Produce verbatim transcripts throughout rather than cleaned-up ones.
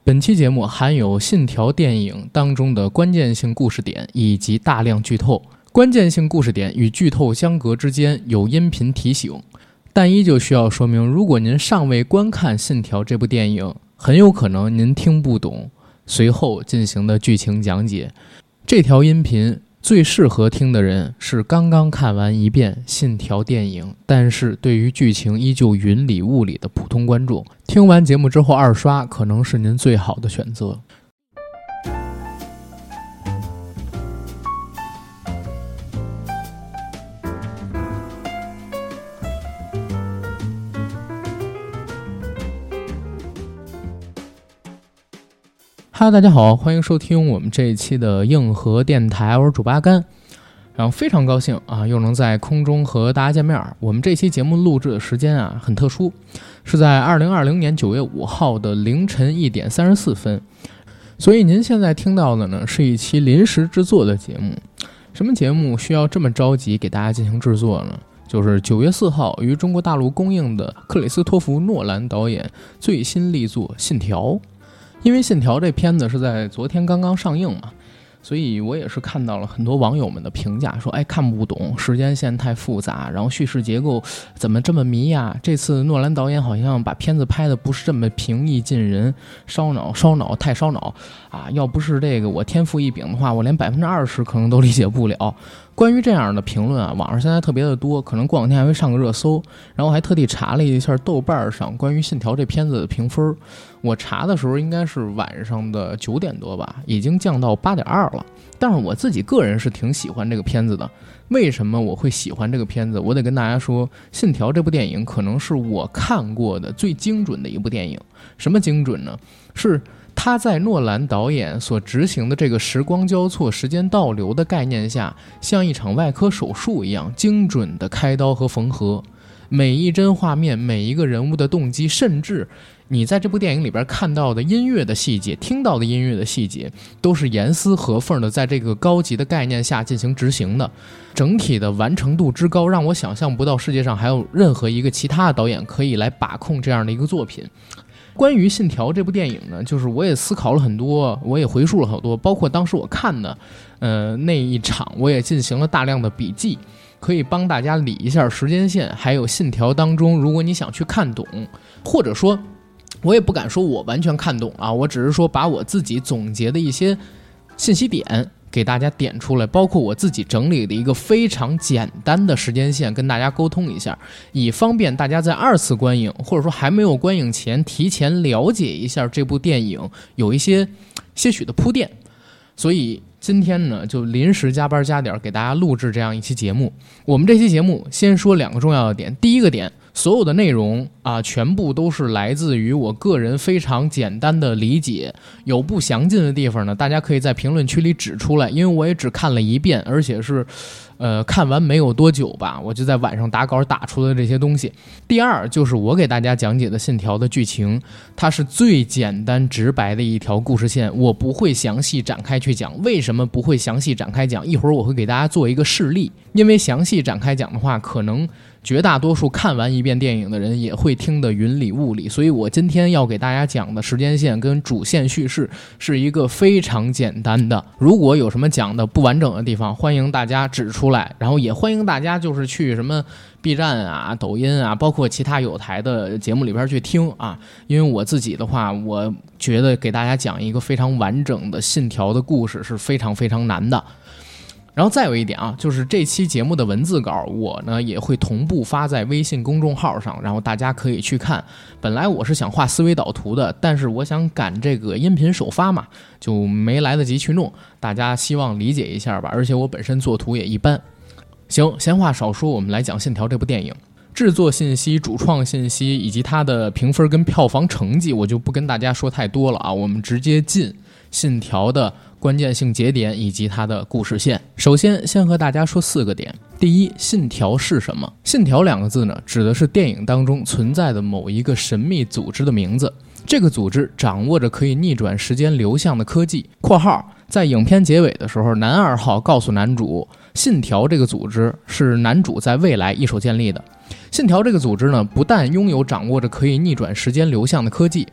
本期节目含有《信条》电影当中的关键性故事点以及大量剧透，关键性故事点与剧透相隔之间有音频提醒，但依旧需要说明，如果您尚未观看《信条》这部电影，很有可能您听不懂随后进行的剧情讲解。这条音频最适合听的人是刚刚看完一遍《信条》电影，但是对于剧情依旧云里雾里的普通观众，听完节目之后二刷可能是您最好的选择。Hello， 大家好，欢迎收听我们这一期的硬核电台，我是主八甘。然后非常高兴啊，又能在空中和大家见面。我们这期节目录制的时间啊很特殊，是在二零二零年九月五号的凌晨一点三十四分。所以您现在听到的呢是一期临时制作的节目。什么节目需要这么着急给大家进行制作呢？就是九月四号于中国大陆公映的克里斯托弗诺兰导演最新力作《信条》。因为《信条》这片子是在昨天刚刚上映嘛，所以我也是看到了很多网友们的评价，说哎看不懂，时间线太复杂，然后叙事结构怎么这么迷呀？这次诺兰导演好像把片子拍的不是这么平易近人，烧脑烧脑太烧脑啊！要不是这个我天赋异禀的话，我连百分之二十可能都理解不了。关于这样的评论啊，网上现在特别的多，可能过两天还会上个热搜。然后还特地查了一下豆瓣上关于《信条》这片子的评分，我查的时候应该是晚上的九点多吧，已经降到八点二了。但是我自己个人是挺喜欢这个片子的。为什么我会喜欢这个片子？我得跟大家说，《信条》这部电影可能是我看过的最精准的一部电影。什么精准呢？是他在诺兰导演所执行的这个时光交错、时间倒流的概念下，像一场外科手术一样精准的开刀和缝合。每一帧画面，每一个人物的动机，甚至你在这部电影里边看到的音乐的细节，听到的音乐的细节，都是严丝合缝的在这个高级的概念下进行执行的。整体的完成度之高，让我想象不到世界上还有任何一个其他的导演可以来把控这样的一个作品。关于《信条》这部电影呢，就是我也思考了很多，我也回述了好多，包括当时我看的呃那一场，我也进行了大量的笔记，可以帮大家理一下时间线。还有《信条》当中，如果你想去看懂，或者说我也不敢说我完全看懂啊，我只是说把我自己总结的一些信息点给大家点出来，包括我自己整理的一个非常简单的时间线跟大家沟通一下，以方便大家在二次观影或者说还没有观影前提前了解一下这部电影，有一些些许的铺垫。所以今天呢就临时加班加点给大家录制这样一期节目。我们这期节目先说两个重要的点。第一个点，所有的内容啊，全部都是来自于我个人非常简单的理解，有不详尽的地方呢，大家可以在评论区里指出来，因为我也只看了一遍，而且是呃看完没有多久吧，我就在晚上打稿打出了这些东西。第二就是我给大家讲解的《信条》的剧情，它是最简单直白的一条故事线，我不会详细展开去讲。为什么不会详细展开讲？一会儿我会给大家做一个示例，因为详细展开讲的话，可能绝大多数看完一遍电影的人也会听得云里雾里，所以我今天要给大家讲的时间线跟主线叙事是一个非常简单的。如果有什么讲的不完整的地方，欢迎大家指出来，然后也欢迎大家就是去什么 B 站啊、抖音啊，包括其他有台的节目里边去听啊。因为我自己的话，我觉得给大家讲一个非常完整的信条的故事是非常非常难的。然后再有一点啊，就是这期节目的文字稿我呢也会同步发在微信公众号上，然后大家可以去看。本来我是想画思维导图的，但是我想赶这个音频首发嘛，就没来得及去弄，大家希望理解一下吧。而且我本身做图也一般。行，闲话少说，我们来讲《信条》这部电影。制作信息、主创信息以及它的评分跟票房成绩，我就不跟大家说太多了啊，我们直接进《信条》的关键性节点以及它的故事线。首先先和大家说四个点。第一，信条是什么？信条两个字呢，指的是电影当中存在的某一个神秘组织的名字。这个组织掌握着可以逆转时间流向的科技。括号在影片结尾的时候，男二号告诉男主，信条这个组织是男主在未来一手建立的。信条这个组织呢，不但拥有掌握着可以逆转时间流向的科技，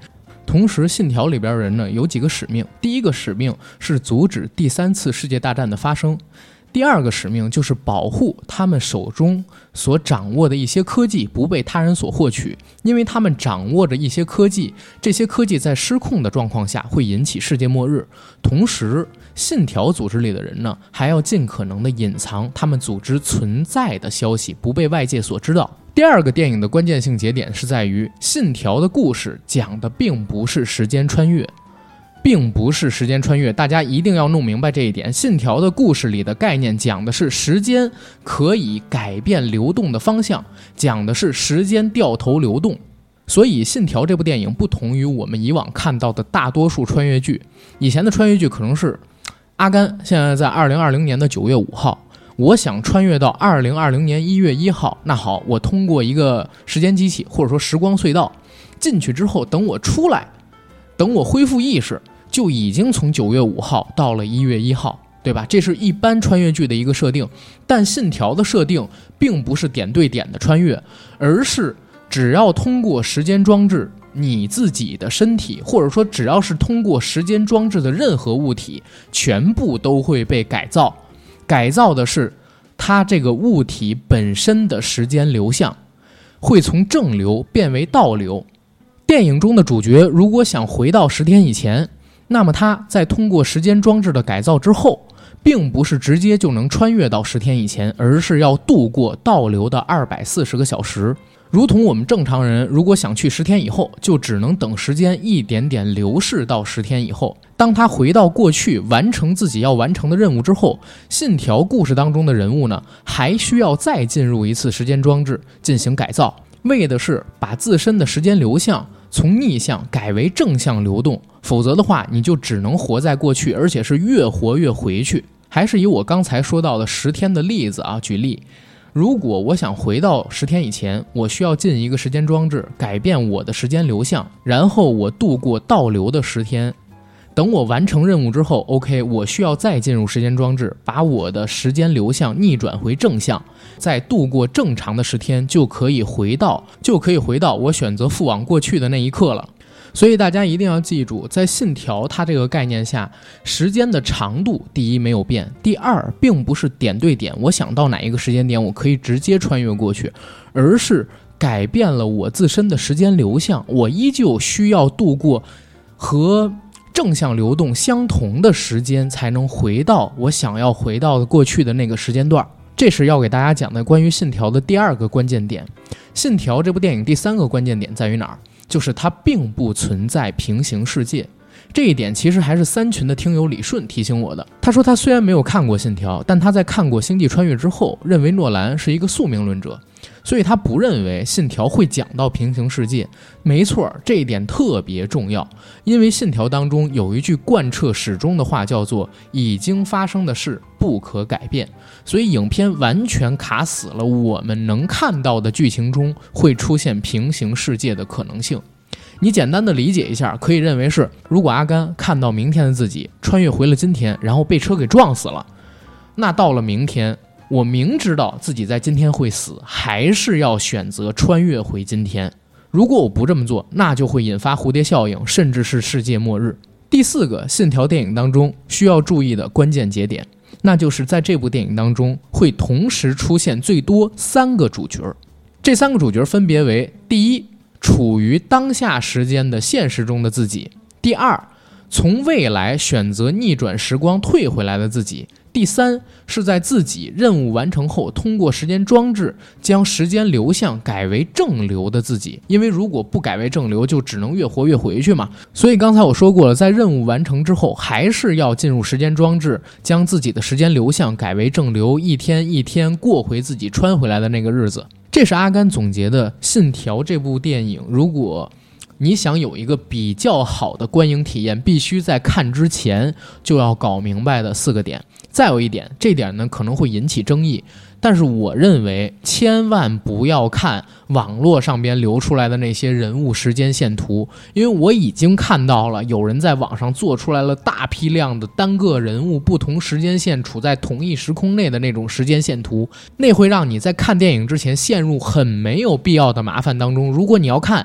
同时信条里边的人呢有几个使命，第一个使命是阻止第三次世界大战的发生，第二个使命就是保护他们手中所掌握的一些科技不被他人所获取，因为他们掌握着一些科技，这些科技在失控的状况下会引起世界末日。同时信条组织里的人呢还要尽可能的隐藏他们组织存在的消息，不被外界所知道。第二个电影的关键性节点是在于信条的故事讲的并不是时间穿越，并不是时间穿越，大家一定要弄明白这一点。信条的故事里的概念讲的是时间可以改变流动的方向，讲的是时间掉头流动。所以信条这部电影不同于我们以往看到的大多数穿越剧，以前的穿越剧可能是阿甘现在在二零二零年的九月五号，我想穿越到二零二零年一月一号，那好，我通过一个时间机器或者说时光隧道进去之后，等我出来，等我恢复意识，就已经从九月五号到了一月一号，对吧？这是一般穿越剧的一个设定。但信条的设定并不是点对点的穿越，而是只要通过时间装置，你自己的身体，或者说只要是通过时间装置的任何物体，全部都会被改造。改造的是它这个物体本身的时间流向，会从正流变为倒流。电影中的主角如果想回到十天以前，那么他在通过时间装置的改造之后，并不是直接就能穿越到十天以前，而是要度过倒流的二百四十个小时。如同我们正常人如果想去十天以后，就只能等时间一点点流逝到十天以后。当他回到过去完成自己要完成的任务之后，信条故事当中的人物呢，还需要再进入一次时间装置进行改造，为的是把自身的时间流向从逆向改为正向流动，否则的话你就只能活在过去，而且是越活越回去。还是以我刚才说到的十天的例子啊举例，如果我想回到十天以前，我需要进一个时间装置改变我的时间流向，然后我度过倒流的十天，等我完成任务之后 OK， 我需要再进入时间装置，把我的时间流向逆转回正向，再度过正常的十天，就可以回到就可以回到我选择赴往过去的那一刻了。所以大家一定要记住，在信条它这个概念下，时间的长度第一没有变，第二并不是点对点，我想到哪一个时间点我可以直接穿越过去，而是改变了我自身的时间流向，我依旧需要度过和正向流动相同的时间，才能回到我想要回到的过去的那个时间段。这是要给大家讲的关于信条的第二个关键点。信条这部电影第三个关键点在于哪儿？就是它并不存在平行世界。这一点其实还是三群的听友李顺提醒我的。他说他虽然没有看过信条，但他在看过星际穿越之后，认为诺兰是一个宿命论者，所以他不认为信条会讲到平行世界。没错，这一点特别重要，因为信条当中有一句贯彻始终的话，叫做已经发生的事不可改变，所以影片完全卡死了我们能看到的剧情中会出现平行世界的可能性。你简单的理解一下，可以认为是，如果阿甘看到明天的自己穿越回了今天，然后被车给撞死了，那到了明天，我明知道自己在今天会死，还是要选择穿越回今天。如果我不这么做，那就会引发蝴蝶效应，甚至是世界末日。第四个信条电影当中需要注意的关键节点，那就是在这部电影当中会同时出现最多三个主角。这三个主角分别为：第一，处于当下时间的现实中的自己；第二，从未来选择逆转时光退回来的自己；第三，是在自己任务完成后通过时间装置将时间流向改为正流的自己。因为如果不改为正流，就只能越活越回去嘛。所以刚才我说过了，在任务完成之后还是要进入时间装置，将自己的时间流向改为正流，一天一天过回自己穿回来的那个日子。这是阿甘总结的《信条》这部电影，如果你想有一个比较好的观影体验，必须在看之前就要搞明白的四个点。再有一点，这点呢可能会引起争议，但是我认为千万不要看网络上边流出来的那些人物时间线图，因为我已经看到了有人在网上做出来了大批量的单个人物不同时间线处在同一时空内的那种时间线图，那会让你在看电影之前陷入很没有必要的麻烦当中。如果你要看，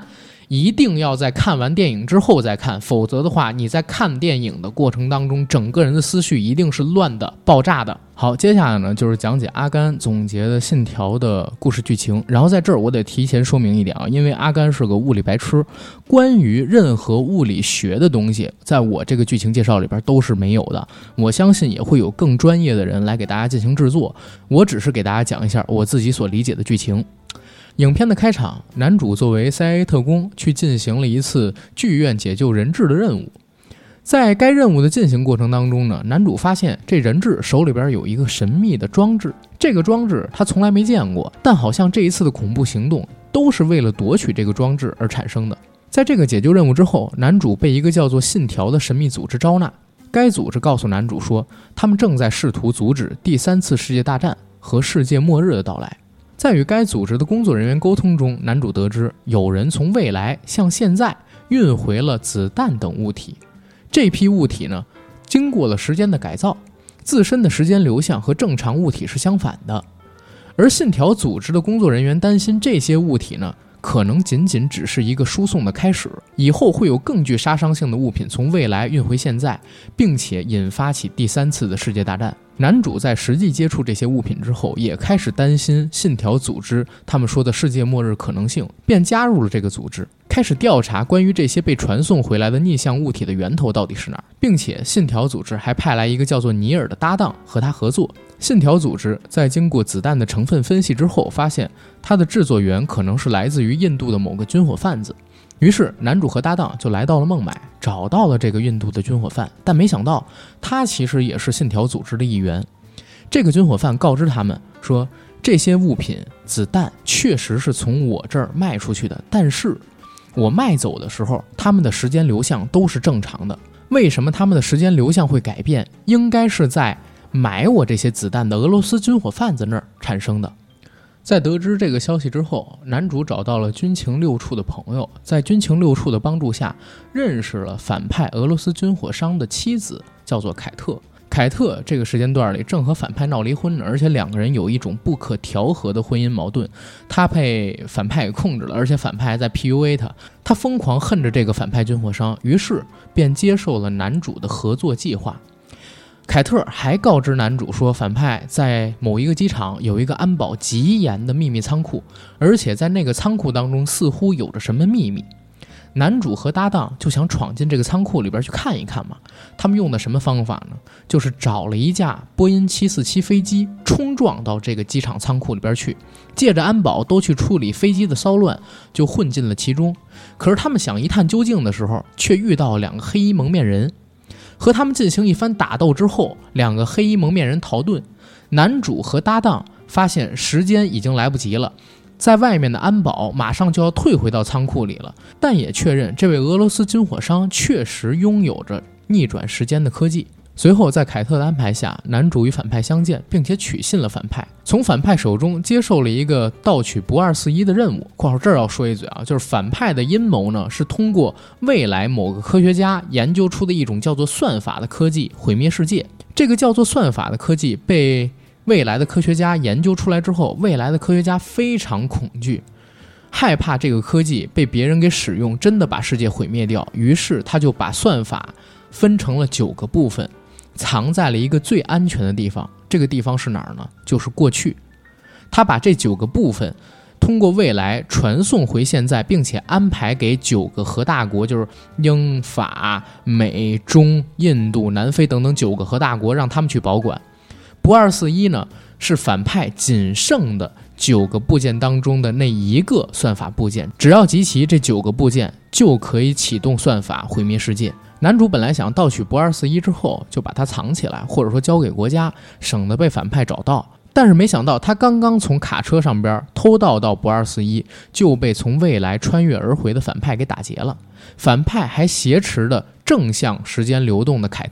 一定要在看完电影之后再看，否则的话你在看电影的过程当中，整个人的思绪一定是乱的爆炸的。好，接下来呢就是讲解阿甘总结的信条的故事剧情。然后在这儿我得提前说明一点啊，因为阿甘是个物理白痴，关于任何物理学的东西在我这个剧情介绍里边都是没有的，我相信也会有更专业的人来给大家进行制作，我只是给大家讲一下我自己所理解的剧情。影片的开场，男主作为 C I A 特工去进行了一次剧院解救人质的任务。在该任务的进行过程当中呢，男主发现这人质手里边有一个神秘的装置，这个装置他从来没见过，但好像这一次的恐怖行动都是为了夺取这个装置而产生的。在这个解救任务之后，男主被一个叫做信条的神秘组织招纳，该组织告诉男主说，他们正在试图阻止第三次世界大战和世界末日的到来。在与该组织的工作人员沟通中，男主得知有人从未来向现在运回了子弹等物体。这批物体呢，经过了时间的改造，自身的时间流向和正常物体是相反的。而信条组织的工作人员担心这些物体呢，可能仅仅只是一个输送的开始，以后会有更具杀伤性的物品从未来运回现在，并且引发起第三次的世界大战。男主在实际接触这些物品之后，也开始担心信条组织他们说的世界末日可能性，便加入了这个组织，开始调查关于这些被传送回来的逆向物体的源头到底是哪儿，并且信条组织还派来一个叫做尼尔的搭档和他合作。信条组织在经过子弹的成分分析之后，发现它的制作源可能是来自于印度的某个军火贩子。于是男主和搭档就来到了孟买，找到了这个印度的军火贩，但没想到他其实也是信条组织的一员。这个军火贩告知他们说，这些物品子弹确实是从我这儿卖出去的，但是我卖走的时候他们的时间流向都是正常的。为什么他们的时间流向会改变？应该是在买我这些子弹的俄罗斯军火贩子那儿产生的。在得知这个消息之后，男主找到了军情六处的朋友，在军情六处的帮助下，认识了反派俄罗斯军火商的妻子，叫做凯特。凯特这个时间段里正和反派闹离婚，而且两个人有一种不可调和的婚姻矛盾。他被反派给控制了，而且反派还在 P U A 他，他疯狂恨着这个反派军火商，于是便接受了男主的合作计划。凯特还告知男主说，反派在某一个机场有一个安保极严的秘密仓库，而且在那个仓库当中似乎有着什么秘密。男主和搭档就想闯进这个仓库里边去看一看嘛。他们用的什么方法呢？就是找了一架波音七四七飞机，冲撞到这个机场仓库里边去，借着安保都去处理飞机的骚乱，就混进了其中。可是他们想一探究竟的时候，却遇到两个黑衣蒙面人。和他们进行一番打斗之后，两个黑衣蒙面人逃遁，男主和搭档发现时间已经来不及了，在外面的安保马上就要退回到仓库里了，但也确认这位俄罗斯军火商确实拥有着逆转时间的科技。随后在凯特的安排下，男主与反派相见，并且取信了反派，从反派手中接受了一个盗取不二四一的任务。括号这儿要说一嘴啊，就是反派的阴谋呢，是通过未来某个科学家研究出的一种叫做算法的科技毁灭世界。这个叫做算法的科技被未来的科学家研究出来之后，未来的科学家非常恐惧，害怕这个科技被别人给使用，真的把世界毁灭掉。于是他就把算法分成了九个部分，藏在了一个最安全的地方。这个地方是哪儿呢？就是过去。他把这九个部分通过未来传送回现在，并且安排给九个核大国，就是英法美中印度南非等等九个核大国，让他们去保管。不二四一呢，是反派仅剩的九个部件当中的那一个算法部件，只要集齐这九个部件就可以启动算法毁灭世界。男主本来想盗取不二四一之后就把它藏起来，或者说交给国家，省得被反派找到。但是没想到他刚刚从卡车上边偷盗到不二四一，就被从未来穿越而回的反派给打劫了。反派还挟持的正向时间流动的凯特，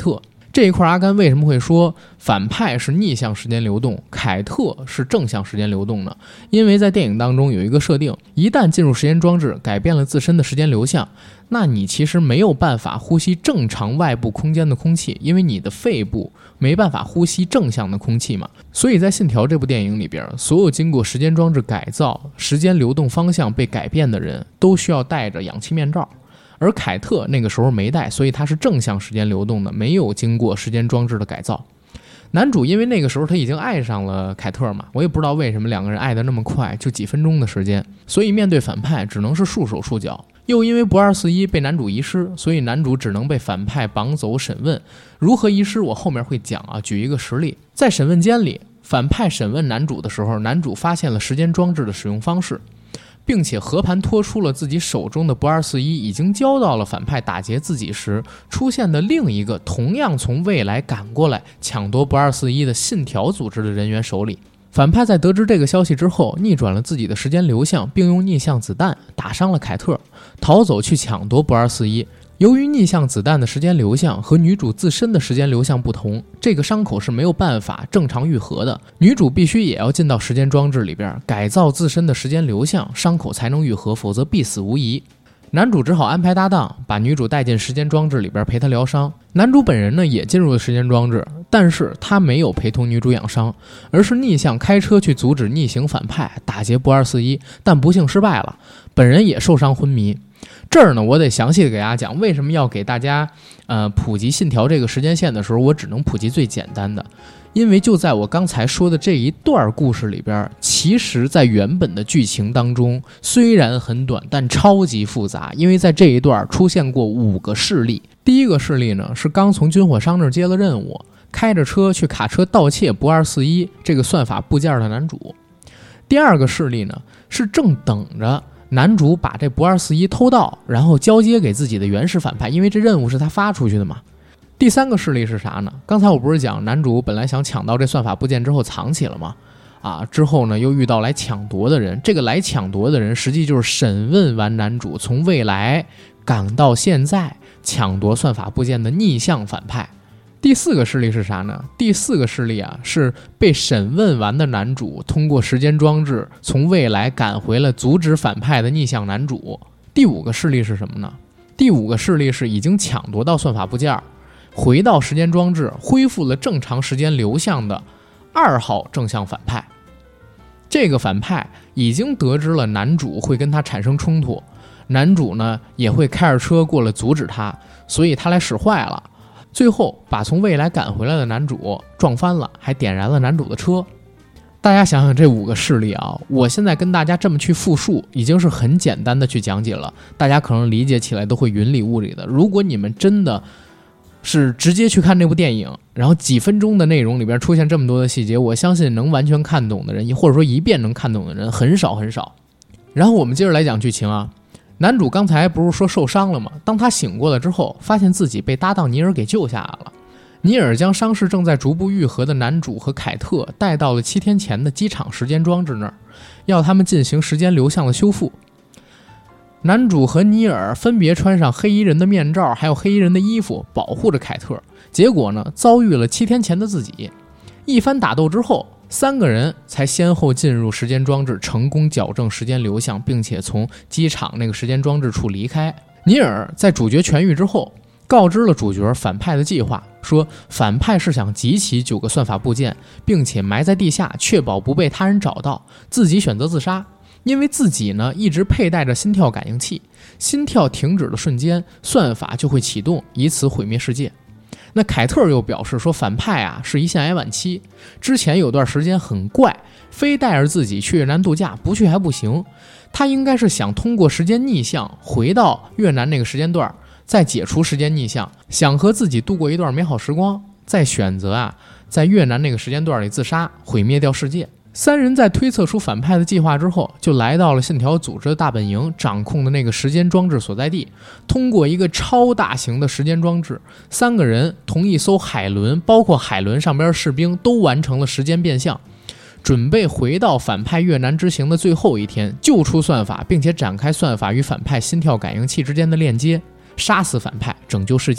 这一块阿甘为什么会说反派是逆向时间流动，凯特是正向时间流动呢？因为在电影当中有一个设定，一旦进入时间装置改变了自身的时间流向，那你其实没有办法呼吸正常外部空间的空气，因为你的肺部没办法呼吸正向的空气嘛。所以在信条这部电影里边，所有经过时间装置改造时间流动方向被改变的人都需要戴着氧气面罩，而凯特那个时候没戴，所以他是正向时间流动的，没有经过时间装置的改造。男主因为那个时候他已经爱上了凯特嘛，我也不知道为什么两个人爱得那么快，就几分钟的时间，所以面对反派只能是束手束脚。又因为不二四一被男主遗失，所以男主只能被反派绑走审问。如何遗失我后面会讲啊，举一个实例。在审问间里，反派审问男主的时候，男主发现了时间装置的使用方式，并且和盘托出了自己手中的不二四一已经交到了反派打劫自己时出现的另一个同样从未来赶过来抢夺不二四一的信条组织的人员手里。反派在得知这个消息之后，逆转了自己的时间流向，并用逆向子弹打伤了凯特，逃走去抢夺不二四一。由于逆向子弹的时间流向和女主自身的时间流向不同，这个伤口是没有办法正常愈合的，女主必须也要进到时间装置里边改造自身的时间流向，伤口才能愈合，否则必死无疑。男主只好安排搭档把女主带进时间装置里边陪她疗伤。男主本人呢也进入了时间装置，但是他没有陪同女主养伤，而是逆向开车去阻止逆行反派打劫不二四一，但不幸失败了，本人也受伤昏迷。这儿呢，我得详细的给大家讲为什么要给大家呃普及信条这个时间线的时候，我只能普及最简单的。因为就在我刚才说的这一段故事里边，其实在原本的剧情当中虽然很短，但超级复杂。因为在这一段出现过五个事例。第一个事例呢，是刚从军火商那儿接了任务，开着车去卡车盗窃不二四一这个算法部件的男主。第二个事例呢，是正等着男主把这不二四一偷盗，然后交接给自己的原始反派，因为这任务是他发出去的嘛。第三个事例是啥呢？刚才我不是讲男主本来想抢到这算法部件之后藏起了吗？啊，之后呢又遇到来抢夺的人，这个来抢夺的人实际就是审问完男主从未来赶到现在抢夺算法部件的逆向反派。第四个事例是啥呢？第四个事例啊，是被审问完的男主通过时间装置从未来赶回了阻止反派的逆向男主。第五个事例是什么呢？第五个事例是已经抢夺到算法部件，回到时间装置恢复了正常时间流向的二号正向反派。这个反派已经得知了男主会跟他产生冲突，男主呢也会开着车过来阻止他，所以他来使坏了，最后把从未来赶回来的男主撞翻了，还点燃了男主的车。大家想想这五个事例啊，我现在跟大家这么去复述已经是很简单的去讲解了，大家可能理解起来都会云里雾里的。如果你们真的是直接去看这部电影，然后几分钟的内容里边出现这么多的细节，我相信能完全看懂的人，或者说一遍能看懂的人很少很少。然后我们接着来讲剧情啊，男主刚才不是说受伤了吗？当他醒过来之后，发现自己被搭档尼尔给救下来了。尼尔将伤势正在逐步愈合的男主和凯特带到了七天前的机场时间装置那儿，要他们进行时间流向的修复。男主和尼尔分别穿上黑衣人的面罩还有黑衣人的衣服保护着凯特，结果呢遭遇了七天前的自己。一番打斗之后，三个人才先后进入时间装置，成功矫正时间流向，并且从机场那个时间装置处离开。尼尔在主角痊愈之后告知了主角反派的计划，说反派是想集齐九个算法部件，并且埋在地下，确保不被他人找到，自己选择自杀。因为自己呢一直佩戴着心跳感应器，心跳停止的瞬间算法就会启动，以此毁灭世界。那凯特又表示说，反派啊是胰腺癌晚期，之前有段时间很怪，非带着自己去越南度假，不去还不行。他应该是想通过时间逆向回到越南那个时间段，再解除时间逆向，想和自己度过一段美好时光，再选择啊在越南那个时间段里自杀，毁灭掉世界。三人在推测出反派的计划之后，就来到了信条组织的大本营掌控的那个时间装置所在地。通过一个超大型的时间装置，三个人同一艘海轮，包括海轮上边的士兵，都完成了时间变相，准备回到反派越南之行的最后一天，救出算法，并且展开算法与反派心跳感应器之间的链接，杀死反派，拯救世界。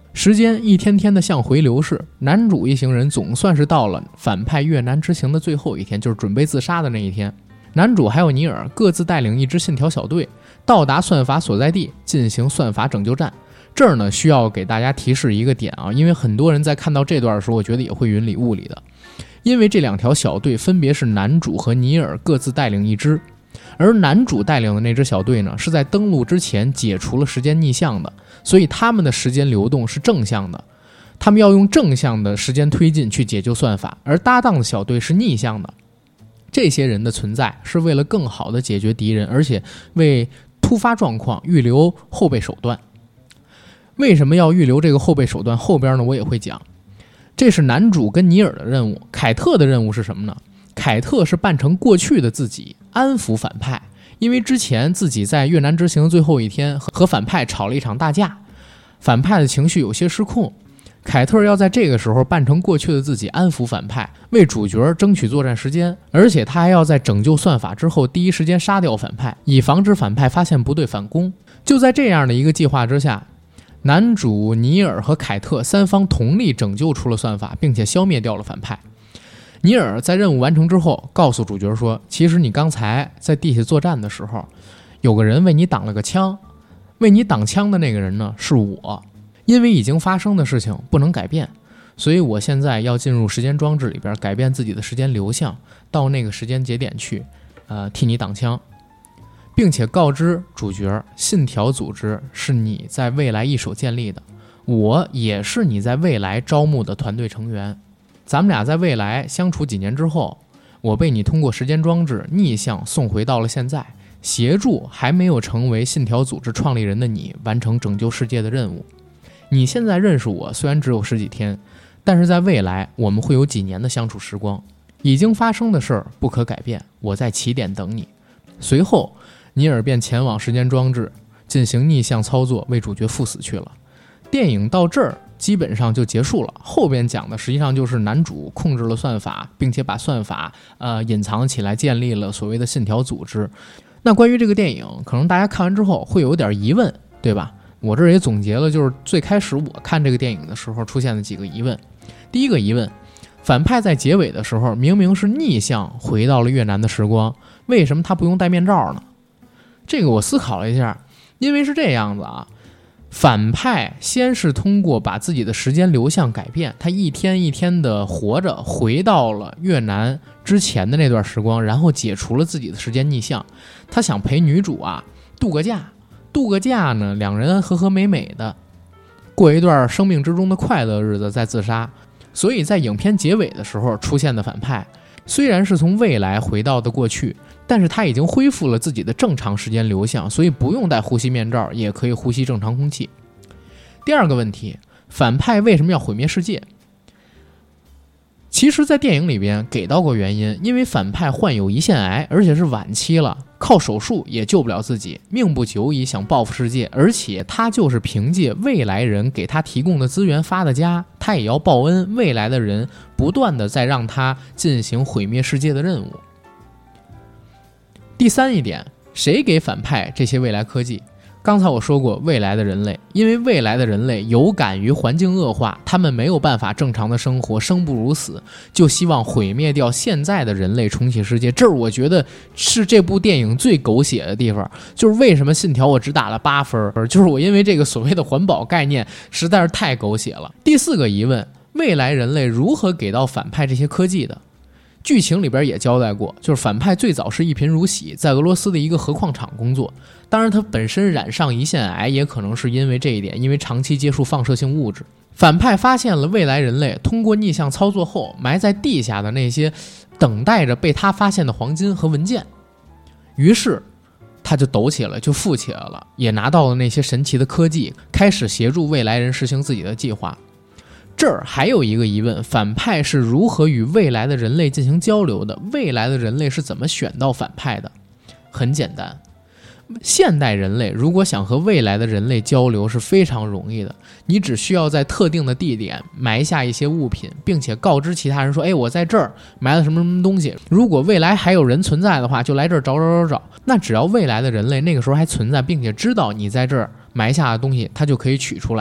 时间一天天的向回流逝，男主一行人总算是到了反派越南之行的最后一天，就是准备自杀的那一天。男主还有尼尔各自带领一支信条小队到达算法所在地进行算法拯救战。这儿呢需要给大家提示一个点啊，因为很多人在看到这段的时候，我觉得也会云里雾里的。因为这两条小队分别是男主和尼尔各自带领一支，而男主带领的那支小队呢，是在登陆之前解除了时间逆向的，所以他们的时间流动是正向的，他们要用正向的时间推进去解救算法，而搭档的小队是逆向的。这些人的存在是为了更好的解决敌人，而且为突发状况预留后备手段。为什么要预留这个后备手段？后边呢我也会讲。这是男主跟尼尔的任务。凯特的任务是什么呢？凯特是扮成过去的自己，安抚反派。因为之前自己在越南之行最后一天和反派吵了一场大架，反派的情绪有些失控，凯特要在这个时候扮成过去的自己，安抚反派，为主角争取作战时间，而且他还要在拯救算法之后第一时间杀掉反派，以防止反派发现不对反攻。就在这样的一个计划之下，男主、尼尔和凯特三方同力拯救出了算法，并且消灭掉了反派。尼尔在任务完成之后告诉主角说，其实你刚才在地下作战的时候，有个人为你挡了个枪，为你挡枪的那个人呢是我，因为已经发生的事情不能改变，所以我现在要进入时间装置里边改变自己的时间流向，到那个时间节点去呃，替你挡枪，并且告知主角，信条组织是你在未来一手建立的，我也是你在未来招募的团队成员。咱们俩在未来相处几年之后，我被你通过时间装置逆向送回到了现在，协助还没有成为信条组织创立人的你完成拯救世界的任务。你现在认识我虽然只有十几天，但是在未来我们会有几年的相处时光，已经发生的事儿不可改变，我在起点等你。随后尼尔便前往时间装置进行逆向操作，为主角赴死去了。电影到这儿基本上就结束了，后边讲的实际上就是男主控制了算法，并且把算法呃隐藏起来，建立了所谓的信条组织。那关于这个电影，可能大家看完之后会有点疑问，对吧？我这儿也总结了，就是最开始我看这个电影的时候出现的几个疑问。第一个疑问，反派在结尾的时候明明是逆向回到了越南的时光，为什么他不用戴面罩呢？这个我思考了一下，因为是这样子啊，反派先是通过把自己的时间流向改变，他一天一天的活着，回到了越南之前的那段时光，然后解除了自己的时间逆向。他想陪女主啊度个假，度个假呢，两人和和美美的过一段生命之中的快乐日子，再自杀。所以在影片结尾的时候出现的反派，虽然是从未来回到的过去，但是他已经恢复了自己的正常时间流向，所以不用戴呼吸面罩也可以呼吸正常空气。第二个问题，反派为什么要毁灭世界？其实在电影里边给到过原因，因为反派患有胰腺癌，而且是晚期了，靠手术也救不了自己，命不久矣，想报复世界，而且他就是凭借未来人给他提供的资源发的家，他也要报恩，未来的人不断的在让他进行毁灭世界的任务。第三一点，谁给反派这些未来科技？刚才我说过，未来的人类，因为未来的人类有感于环境恶化，他们没有办法正常的生活，生不如死，就希望毁灭掉现在的人类，重启世界。这儿我觉得是这部电影最狗血的地方，就是为什么信条我只打了八分，就是我因为这个所谓的环保概念实在是太狗血了。第四个疑问，未来人类如何给到反派这些科技的？剧情里边也交代过，就是反派最早是一贫如洗，在俄罗斯的一个核矿厂工作，当然他本身染上胰腺癌也可能是因为这一点，因为长期接触放射性物质。反派发现了未来人类通过逆向操作后埋在地下的那些等待着被他发现的黄金和文件，于是他就抖起来，就富起来了，也拿到了那些神奇的科技，开始协助未来人实行自己的计划。这儿还有一个疑问，反派是如何与未来的人类进行交流的？未来的人类是怎么选到反派的？很简单，现代人类如果想和未来的人类交流是非常容易的，你只需要在特定的地点埋下一些物品，并且告知其他人说，哎，我在这儿埋了什么什么东西，如果未来还有人存在的话，就来这儿找找找找。那只要未来的人类那个时候还存在，并且知道你在这儿埋下的东西，他就可以取出来，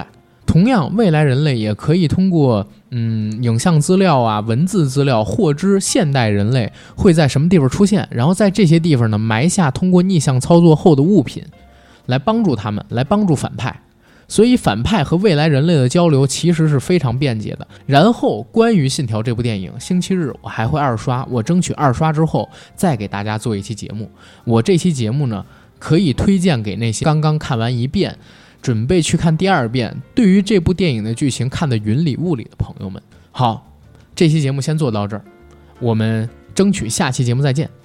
同样，未来人类也可以通过嗯影像资料啊、文字资料，获知现代人类会在什么地方出现，然后在这些地方呢埋下通过逆向操作后的物品，来帮助他们，来帮助反派。所以反派和未来人类的交流其实是非常便捷的。然后关于《信条》这部电影，星期日我还会二刷，我争取二刷之后再给大家做一期节目。我这期节目呢，可以推荐给那些刚刚看完一遍，准备去看第二遍，对于这部电影的剧情看得云里雾里的朋友们。好，这期节目先做到这儿，我们争取下期节目再见。